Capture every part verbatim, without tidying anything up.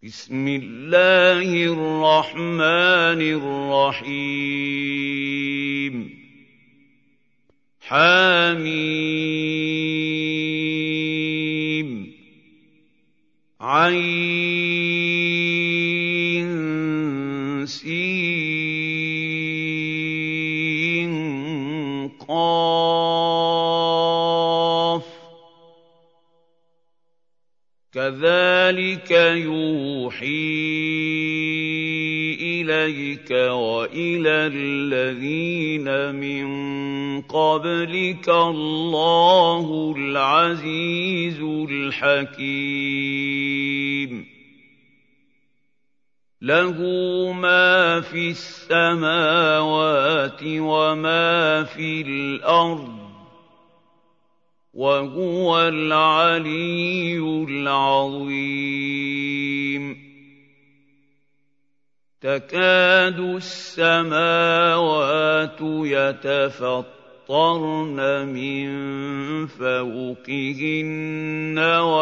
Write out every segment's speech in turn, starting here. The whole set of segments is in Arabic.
بسم الله الرحمن الرحيم حميم عين سين قاف كذلك يوحي إليك وإلى الذين من قبلك الله العزيز الحكيم له ما في السماوات وما في الأرض وهو العلي العظيم تكاد السماوات يتفطرن من فوقهن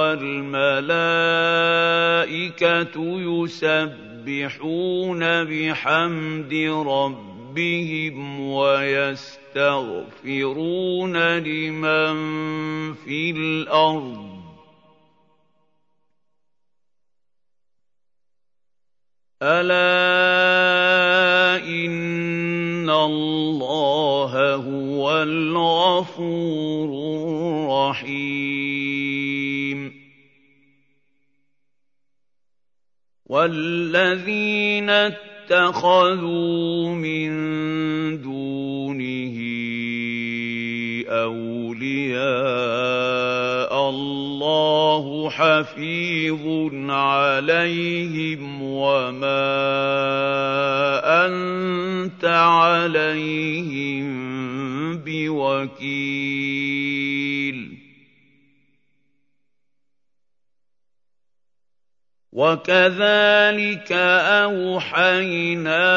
والملائكة يسبحون بحمد ربهم ويستغفرون لمن في الأرض ألا إن الله هو الغفور الرحيم والذين اتخذوا من دونه أولياء الله حفيظ عليهم وما أنت عليهم بوكيل وكذلك أوحينا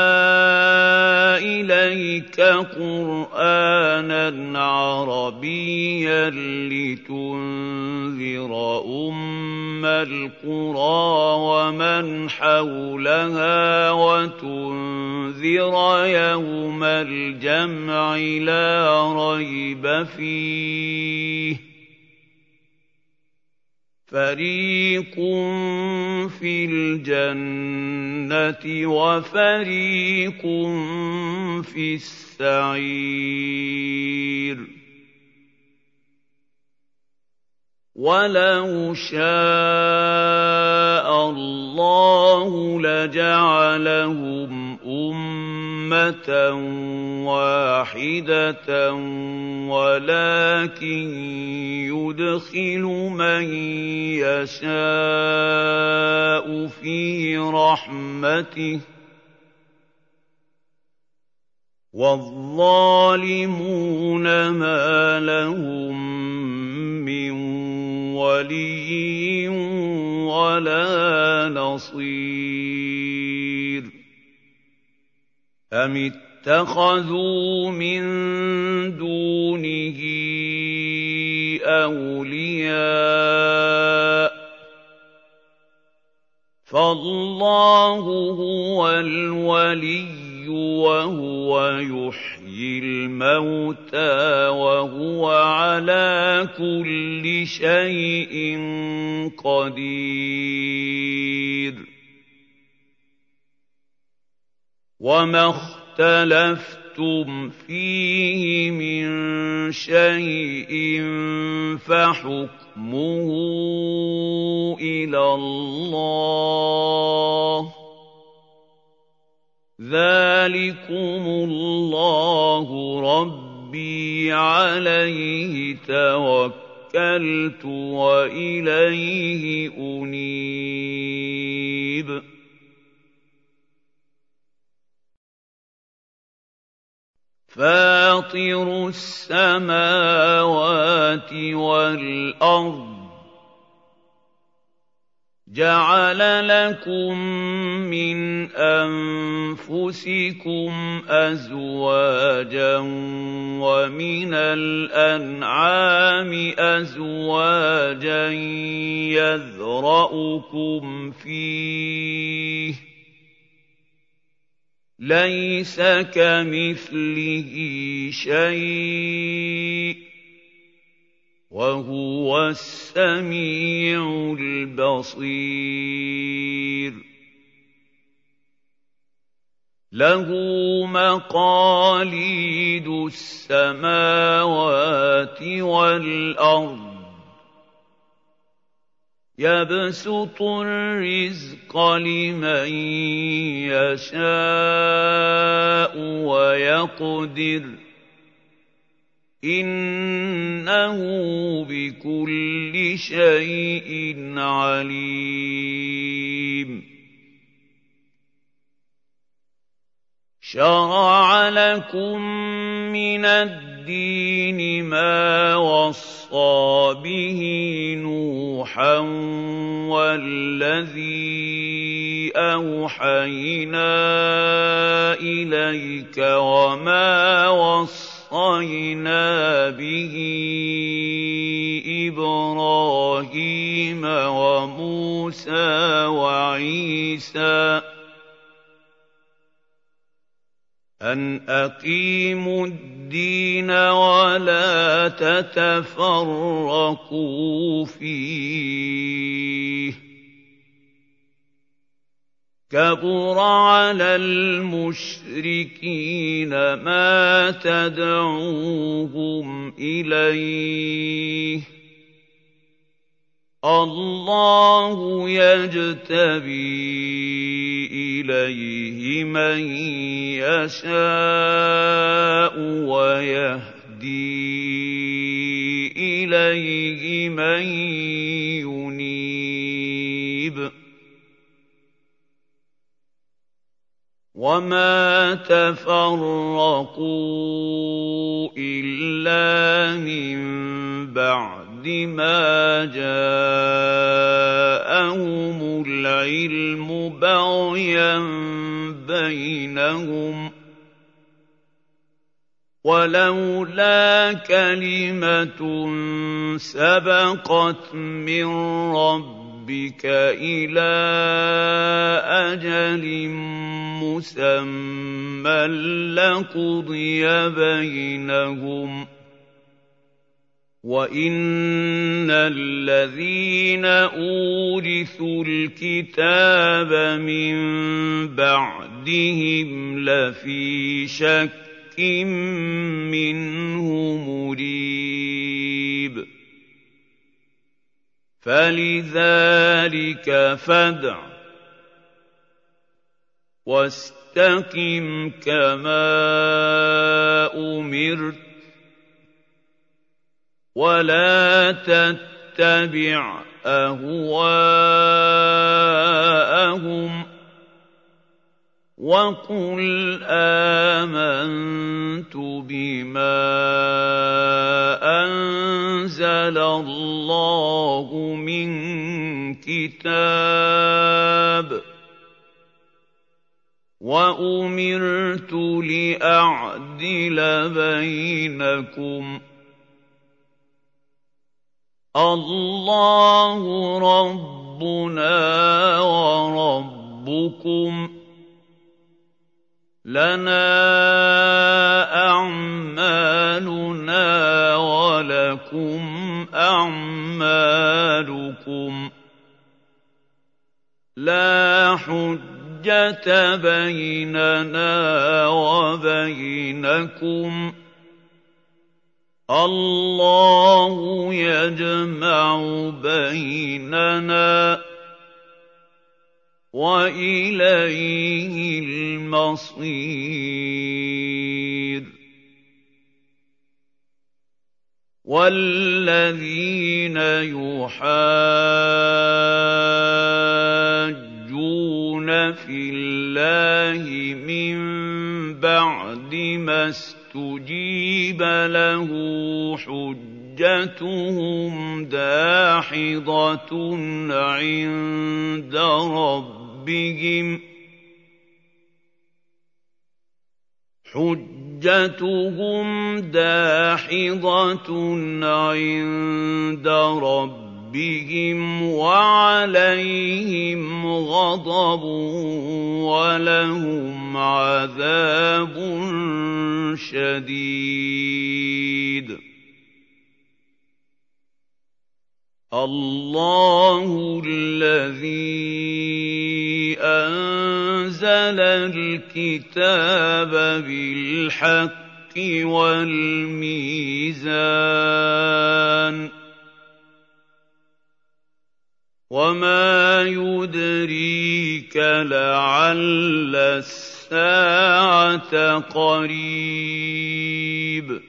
إليك قرآنا عربيا لتنذر أم القرى ومن حولها وتنذر يوم الجمع لا ريب فيه فريق في الجنة وفريق في السعير ولو شاء الله لجعلهم أمة واحدة ولكن يدخل من يشاء في رحمته والظالمون ما لهم من ولي ولا نصير أم اتخذوا من دونه أولياء فالله هو الولي وهو يحيي الموتى وهو على كل شيء قدير وما اختلفتم فيه من شيء فحكمه إلى الله ذلكم الله ربي عليه توكلت وإليه أنيب فاطر السماوات والأرض جَعَلَ لَكُم مِّنْ أَنفُسِكُمْ أَزْوَاجًا وَمِنَ الْأَنْعَامِ أَزْوَاجًا يَذْرَؤُكُمْ فِيهِ ۚ لَيْسَ كَمِثْلِهِ شَيْءٌ ۖ وَهُوَ السَّمِيعُ الْبَصِيرُ لَهُ مَقَالِيدُ السَّمَاوَاتِ وَالْأَرْضِ يَبْسُطُ الرِّزْقَ لِمَن يَشَاءُ وَيَقْدِرُ ۚ إِنَّهُ بِكُلِّ شَيْءٍ عَلِيمٌ شَرَعَ لَكُم مِّنَ الدِّينِ مَا وَصَّىٰ بِهِ نُوحًا وَالَّذِي أَوْحَيْنَا إِلَيْكَ وَمَا وَصَّيْنَا بِهِ إِبْرَاهِيمَ وَمُوسَىٰ وَعِيسَىٰ أَنْ أَقِيمُوا الدِّينَ وَلَا تَتَفَرَّقُوا فِيهِ ۚ كَبُرَ عَلَى الْمُشْرِكِينَ مَا تَدْعُوهُمْ إِلَيْهِ ۚ اللَّهُ يَجْتَبِي إِلَيْهِ مَن يَشَاءُ وَيَهْدِي إِلَيْهِ مَن يُنِيبُ وَمَا تَفَرَّقُوا إِلَّا مِن بَعْدِ مَا جَاءَهُمُ الْعِلْمُ بَغْيًا بَيْنَهُمْ ۚ وَلَوْلَا كَلِمَةٌ سَبَقَتْ مِن رَّبِّكَ إِلَىٰ أَجَلٍ مُّسَمًّى لَّقُضِيَ بَيْنَهُمْ ۚ وَإِنَّ الَّذِينَ أُورِثُوا الْكِتَابَ مِن بَعْدِهِمْ لَفِي شَكٍّ مِّنْهُ مُرِيبٍ فَلِذَٰلِكَ فَادْعُ وَاسْتَقِمْ كَمَا أُمِرْتَ وَلَا تَتَّبِعْ أَهْوَاءَهُمْ وَقُلْ آمَنتُ بِمَا أَنزَلَ اللَّهُ مِن كِتَابٍ وَأُمِرْتُ لِأَعْدِلَ بَيْنَكُمْ ۖ اللَّهُ رَبُّنَا وَرَبُّكُمْ لَنَا أَعْمَالُنَا وَلَكُمْ أَعْمَالُكُمْ ۖ لَا حُجَّةَ بَيْنَنَا وَبَيْنَكُمْ ۖ اللَّهُ يَجْمَعُ بَيْنَنَا وَإِلَيْهِ الْمَصِيرُ وَالَّذِينَ يُحَاجُّونَ فِي اللَّهِ مِن بَعْدِ مَا اسْتُجِيبَ لَهُ حُجَّتُهُمْ حجتهم داحضة عند ربهم حجتهم داحضة عند ربهم وعليهم غضب ولهم عذاب شديد. الله الذي أنزل الكتاب بالحق والميزان وما يدريك لعل الساعة قريب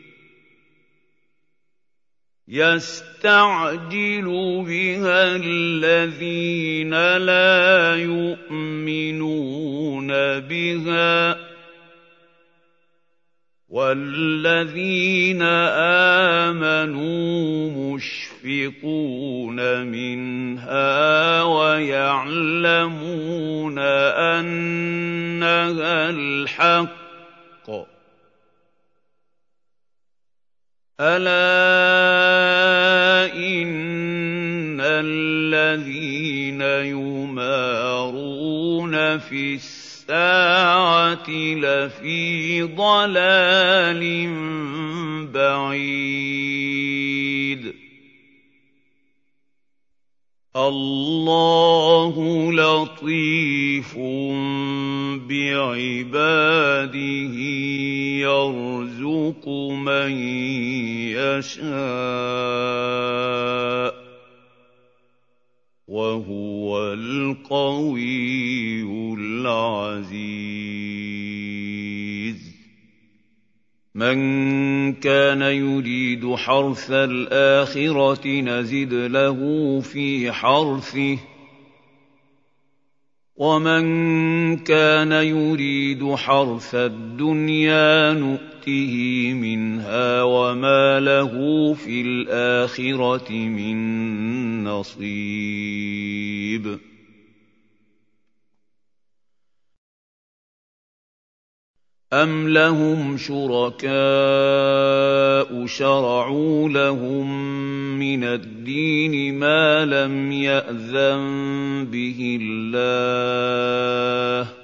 يستعجل بها الذين لا يؤمنون بها والذين آمنوا مشفقون منها ويعلمون أنها الحق ألا إن الذين يمارون في الساعة لفي ضلال بعيد. الله لطيف بعباده يرزق من يشاء وهو القوي العزيز. من كان يريد حرث الآخرة نزد له في حرثه ومن كان يريد حرث الدنيا نؤته منها وما له في الآخرة من نصيب. أَمْ لَهُمْ شُرَكَاءُ شَرَعُوا لَهُم مِّنَ الدِّينِ مَا لَمْ يَأْذَن بِهِ اللَّهُ ۚ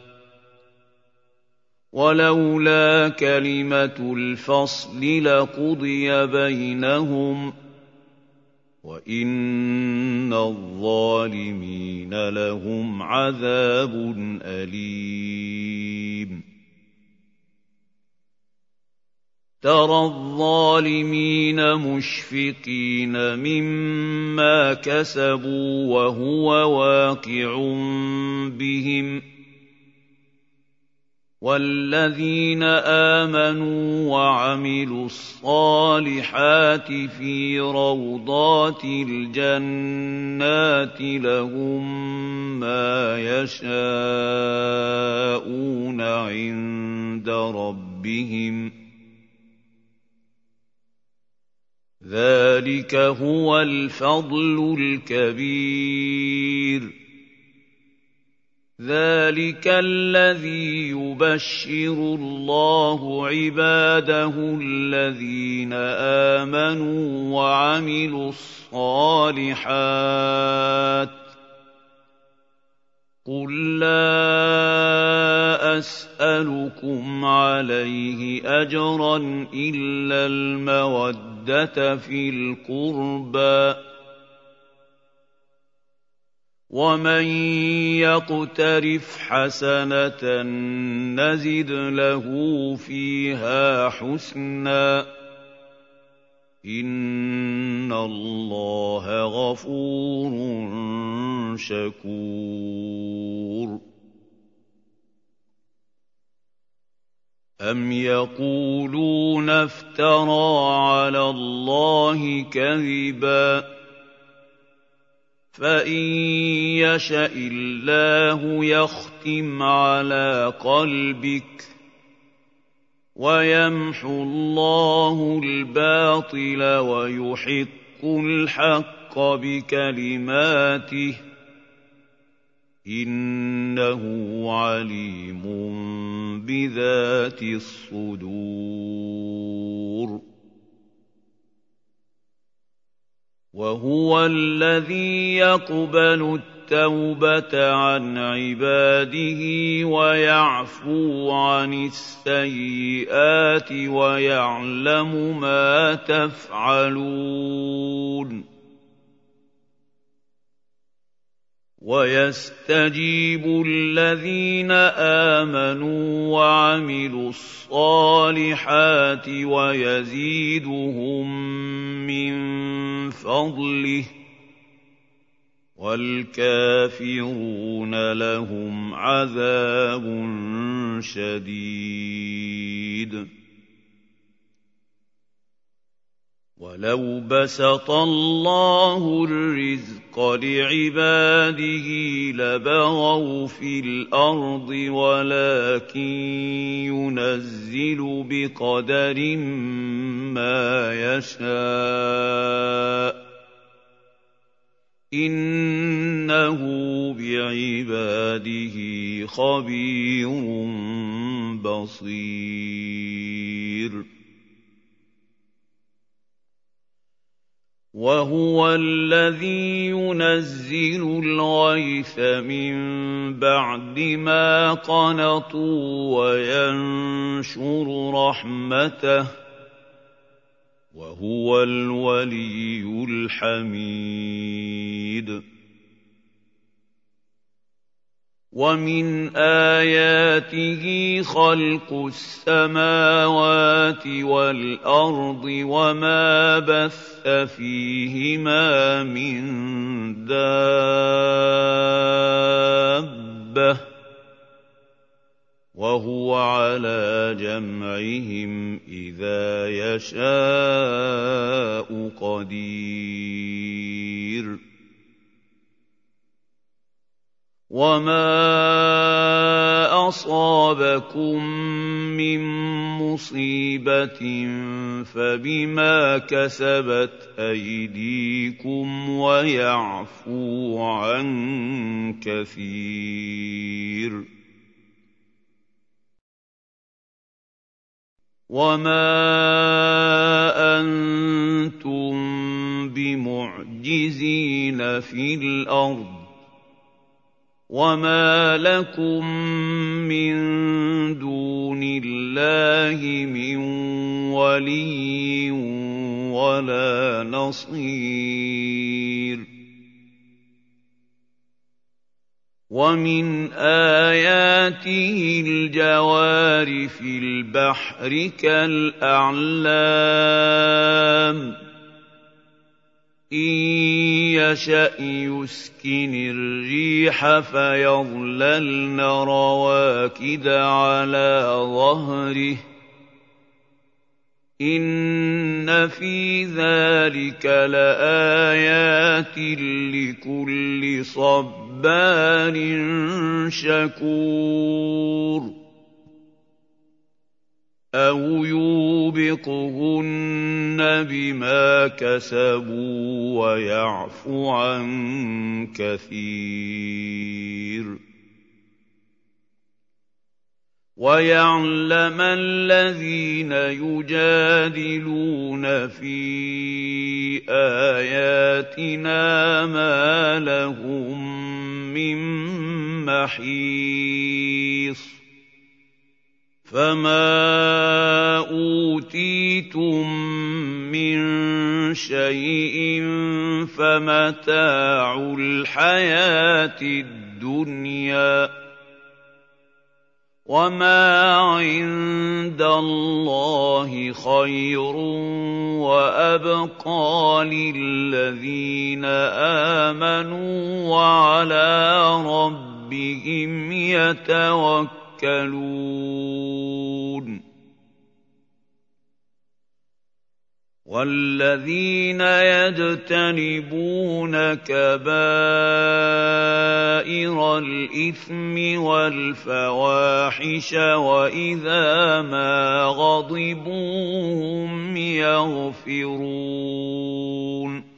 وَلَوْلَا كَلِمَةُ الْفَصْلِ لَقُضِيَ بَيْنَهُمْ ۗ وَإِنَّ الظَّالِمِينَ لَهُمْ عَذَابٌ أَلِيمٌ. ترى الظالمين مشفقين مما كسبوا وهو واقع بهم والذين آمنوا وعملوا الصالحات في روضات الجنات لهم ما يشاءون عند ربهم ذلك هو الفضل الكبير. ذلك الذي يبشر الله عباده الذين آمنوا وعملوا الصالحات قل لا أسألكم عليه أجرا إلا المودة في القربى ومن يقترف حسنة نزد له فيها حسنا إن الله غفور شكور. أم يقولون افترى على الله كذبا فإن يشأ الله يختم على قلبك وَيَمْحُو اللَّهُ الْبَاطِلَ وَيُحِقُّ الْحَقَّ بِكَلِمَاتِهِ ۚ إِنَّهُ عَلِيمٌ بِذَاتِ الصُّدُورِ وَهُوَ الَّذِي يَقْبَلُ التَّوْبَةَ عَنْ عِبَادِهِ وَيَعْفُو عَنِ السَّيِّئَاتِ وَيَعْلَمُ مَا تَفْعَلُونَ وَيَسْتَجِيبُ الَّذِينَ آمَنُوا وَعَمِلُوا الصَّالِحَاتِ وَيَزِيدُهُم مِّن فَضْلِهِ ۚ وَالْكَافِرُونَ لَهُمْ عَذَابٌ شَدِيدٌ وَلَوْ بَسَطَ اللَّهُ الرِّزْقَ لِعِبَادِهِ لَبَغَوْا فِي الْأَرْضِ وَلَٰكِن يُنَزِّلُ بِقَدَرٍ مَّا يَشَاءُ ۚ إِنَّهُ بِعِبَادِهِ خَبِيرٌ بَصِيرٌ وَهُوَ الَّذِي يُنَزِّلُ الْغَيْثَ مِن بَعْدِ مَا قَنَطُوا وَيَنشُرُ رَحْمَتَهُ ۚ وَهُوَ الْوَلِيُّ الْحَمِيدُ وَمِنْ آيَاتِهِ خَلْقُ السَّمَاوَاتِ وَالْأَرْضِ وَمَا بَثَّ فِيهِمَا مِن دَابَّةٍ ۚ وَهُوَ عَلَىٰ جَمْعِهِمْ إِذَا يَشَاءُ قَدِيرٌ وَمَا أَصَابَكُم مِّن مُّصِيبَةٍ فَبِمَا كَسَبَتْ أَيْدِيكُمْ وَيَعْفُو عَن كَثِيرٍ وَمَا أَنتُم بِمُعْجِزِينَ فِي الْأَرْضِ وَمَا لَكُم مِّن دُونِ اللَّهِ مِن وَلِيٍّ وَلَا نَصِيرٍ وَمِنْ آيَاتِهِ الْجَوَارِ فِي الْبَحْرِ كَالْأَعْلَامِ إِن يَشَأْ يُسْكِنِ الرِّيحَ فَيَظْلَلْنَ رَوَاكِدَ عَلَىٰ ظَهْرِهِ ۚ إِنَّ فِي ذَٰلِكَ لَآيَاتٍ لِّكُلِّ صَبَّارٍ شَكُورٍ أَوْ يُوبِقْهُنَّ بِمَا كَسَبُوا وَيَعْفُ عَن كَثِيرٍ وَيَعْلَمَ الَّذِينَ يُجَادِلُونَ فِي آيَاتِنَا مَا لَهُم مِّن مَّحِيصٍ فَمَا أُوتِيتُم مِّن شَيْءٍ فَمَتَاعُ الْحَيَاةِ الدُّنْيَا ۖ وَمَا عِندَ اللَّهِ خَيْرٌ وَأَبْقَىٰ لِلَّذِينَ آمَنُوا وَعَلَىٰ رَبِّهِمْ يَتَوَكَّلُونَ. يَتَوَكَّلُونَ. ۚ وَالَّذِينَ يَجْتَنِبُونَ كَبَائِرَ الْإِثْمِ وَالْفَوَاحِشَ وَإِذَا مَا غَضِبُوا هُمْ يَغْفِرُونَ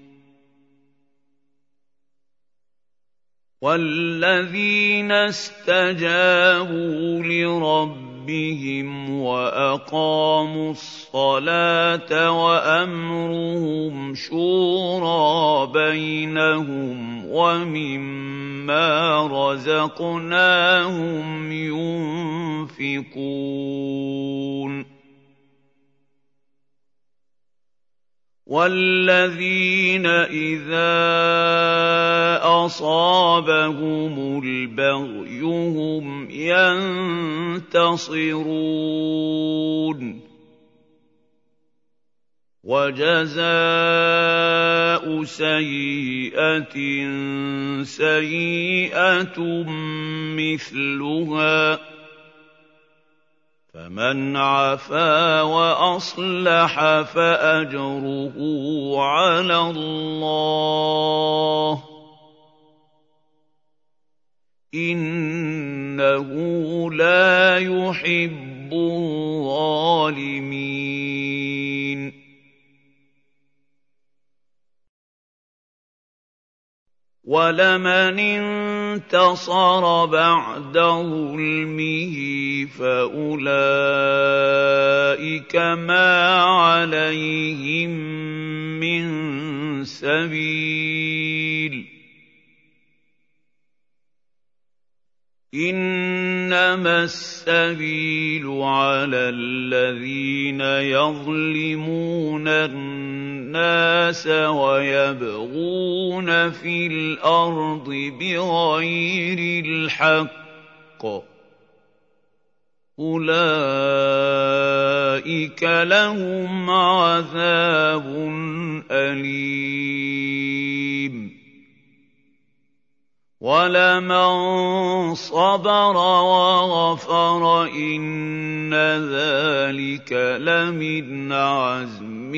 وَالَّذِينَ اسْتَجَابُوا لِرَبِّهِمْ وَأَقَامُوا الصَّلَاةَ وَأَمْرُهُمْ شُورَىٰ بَيْنَهُمْ وَمِمَّا رَزَقْنَاهُمْ يُنفِقُونَ وَالَّذِينَ إِذَا أَصَابَهُمُ الْبَغْيُ هُمْ يَنتَصِرُونَ وَجَزَاءُ سَيِّئَةٍ سَيِّئَةٌ مِثْلُهَا فَمَنْ عَفَا وَأَصْلَحَ فَأَجْرُهُ عَلَى اللَّهِ ۚ إِنَّهُ لَا يُحِبُّ الظَّالِمِينَ وَلَمَنِ انتَصَرَ بَعْدَ ظُلْمِهِ فَأُولَٰئِكَ مَا عَلَيْهِم مِّن سَبِيلٍ ۚ إِنَّمَا السَّبِيلُ عَلَى الَّذِينَ يَظْلِمُونَ النَّاسَ وَيَبْغُونَ فِي الْأَرْضِ بِغَيْرِ الْحَقِّ ۚ أُولَٰئِكَ لَهُمْ عَذَابٌ أَلِيمٌ وَلَمَن صَبَرَ وَغَفَرَ إِنَّ ذَٰلِكَ لَمِنْ عَزْمِ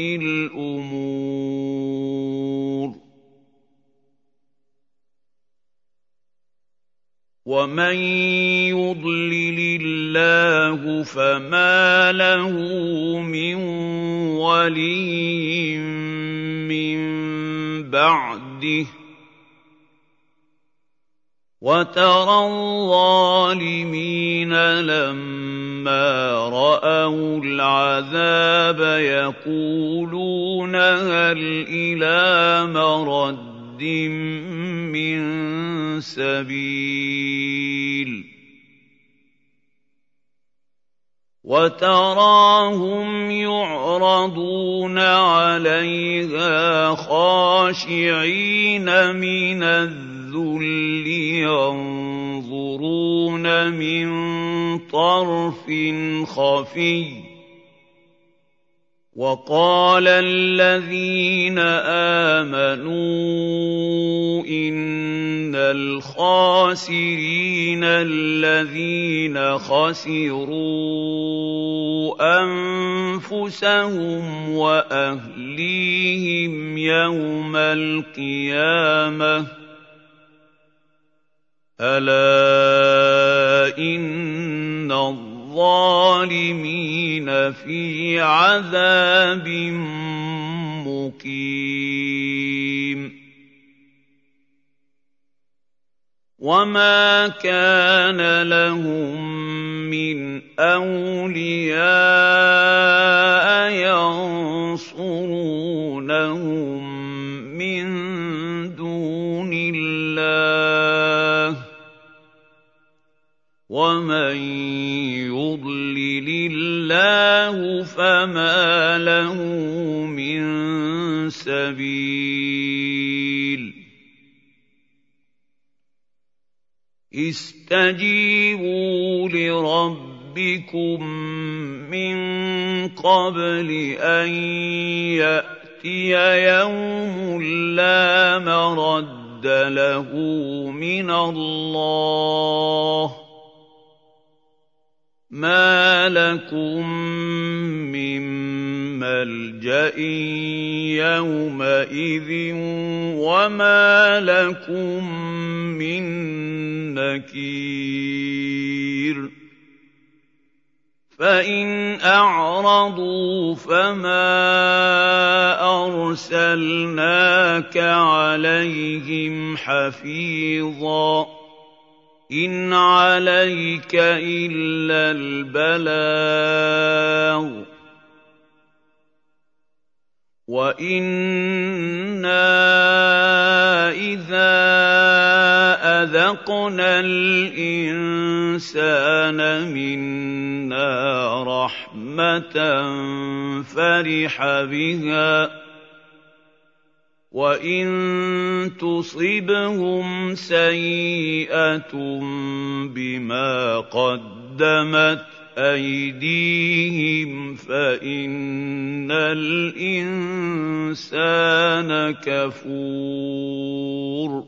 الْأُمُورِ وَمَن يُضْلِلِ اللَّهُ فَمَا لَهُ مِن وَلِيٍّ مِّن بَعْدِهِ ۗ وَتَرَى الظَّالِمِينَ لَمَّا رَأَوُا الْعَذَابَ يَقُولُونَ هَلْ إِلَىٰ مَرَدٍّ مِّن سَبِيلٍ وَتَرَاهُمْ يُعْرَضُونَ عَلَيْهَا خَاشِعِينَ مِنَ الذُّلِّ يَنظُرُونَ مِن طَرْفٍ خَفِيٍّ ۗ وَقَالَ الَّذِينَ آمَنُوا إِنَّ الْخَاسِرِينَ الَّذِينَ خَسِرُوا أَنفُسَهُمْ وَأَهْلِيهِمْ يَوْمَ الْقِيَامَةِ ۗ أَلَا إِنَّ الظَّالِمِينَ فِي عَذَابٍ مُّقِيمٍ وَمَا كَانَ لَهُم مِّنْ أَوْلِيَاءَ يَنصُرُونَهُم مِّن دُونِ اللَّهِ ۗ وَمَن يُضْلِلِ اللَّهُ فَمَا لَهُ مِن سَبِيلٍ اسْتَجِيبُوا لِرَبِّكُم مِّن قَبْلِ أَن يَأْتِيَ يَوْمٌ لَّا مَرَدَّ لَهُ مِنَ اللَّهِ ۚ مَا لَكُم مِّن مَلْجَإٍ يَوْمَئِذٍ وَمَا لَكُم مِّن نَّكِيرٍ فَإِنْ أَعْرَضُوا فَمَا أَرْسَلْنَاكَ عَلَيْهِمْ حَفِيظًا ۖ إِنْ عَلَيْكَ إِلَّا الْبَلَاغُ ۗ وَإِنَّا إِذَا أَذَقْنَا الْإِنسَانَ مِنَّا رَحْمَةً فَرِحَ بِهَا ۖ وَإِن تُصِبْهُمْ سَيِّئَةٌ بِمَا قَدَّمَتْ أَيْدِيهِمْ فَإِنَّ الْإِنسَانَ كَفُورٌ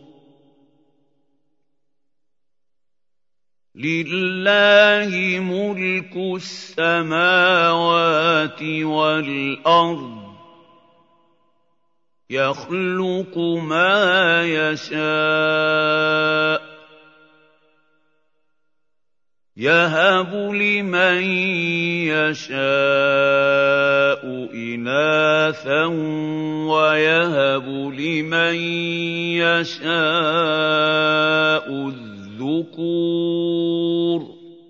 لِلَّهِ مُلْكُ السَّمَاوَاتِ وَالْأَرْضِ يَخْلُقُ مَا يَشَاءُ ۚ يَهَبُ لِمَن يَشَاءُ إِنَاثًا وَيَهَبُ لِمَن يَشَاءُ الذُّكُورَ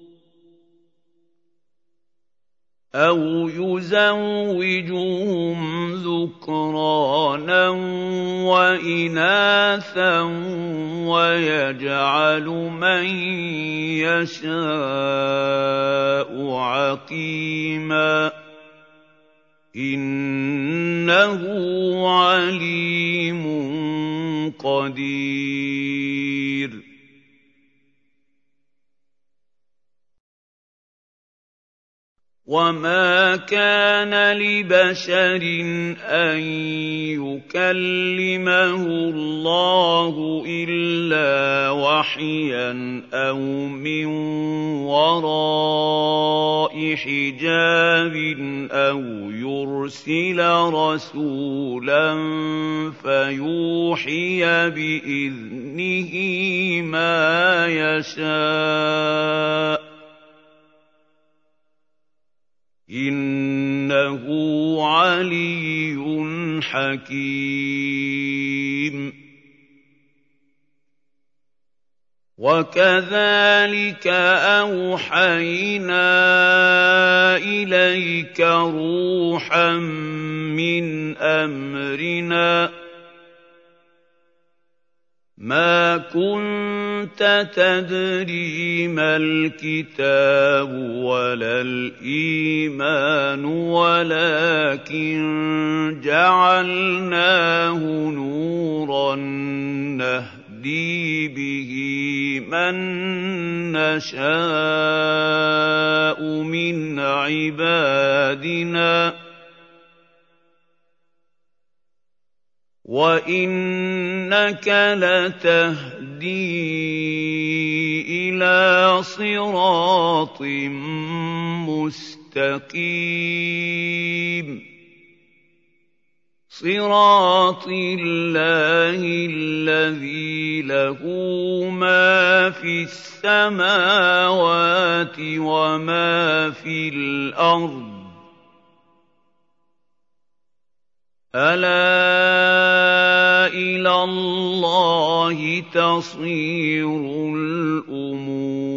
أَوْ يُزَوِّجُهُمْ ذُكْرَانًا وَإِنَاثًا وَيَجْعَلُ مَن يَشَاءُ عَقِيمًا ۚ إِنَّهُ عَلِيمٌ قَدِيرٌ وَمَا كَانَ لِبَشَرٍ أَن يُكَلِّمَهُ اللَّهُ إِلَّا وَحْيًا أَوْ مِن وَرَاءِ حِجَابٍ أَوْ يُرْسِلَ رَسُولًا فَيُوحِيَ بِإِذْنِهِ مَا يَشَاءُ ۚ إِنَّهُ عَلِيٌّ حَكِيمٌ وَكَذَٰلِكَ أَوْحَيْنَا إِلَيْكَ رُوحًا مِّنْ أَمْرِنَا ۚ مَا كُنتَ تَدْرِي مَا الْكِتَابُ وَلَا الْإِيمَانُ وَلَٰكِن جَعَلْنَاهُ نُورًا نَّهْدِي بِهِ مَن نَّشَاءُ مِنْ عِبَادِنَا ۚ وَإِنَّكَ لَتَهْدِي إِلَىٰ صِرَاطٍ مُّسْتَقِيمٍ صِرَاطِ اللَّهِ الَّذِي لَهُ مَا فِي السَّمَاوَاتِ وَمَا فِي الْأَرْضِ ۗ أَلَا إِلَى اللَّهِ تَصِيرُ الْأُمُورُ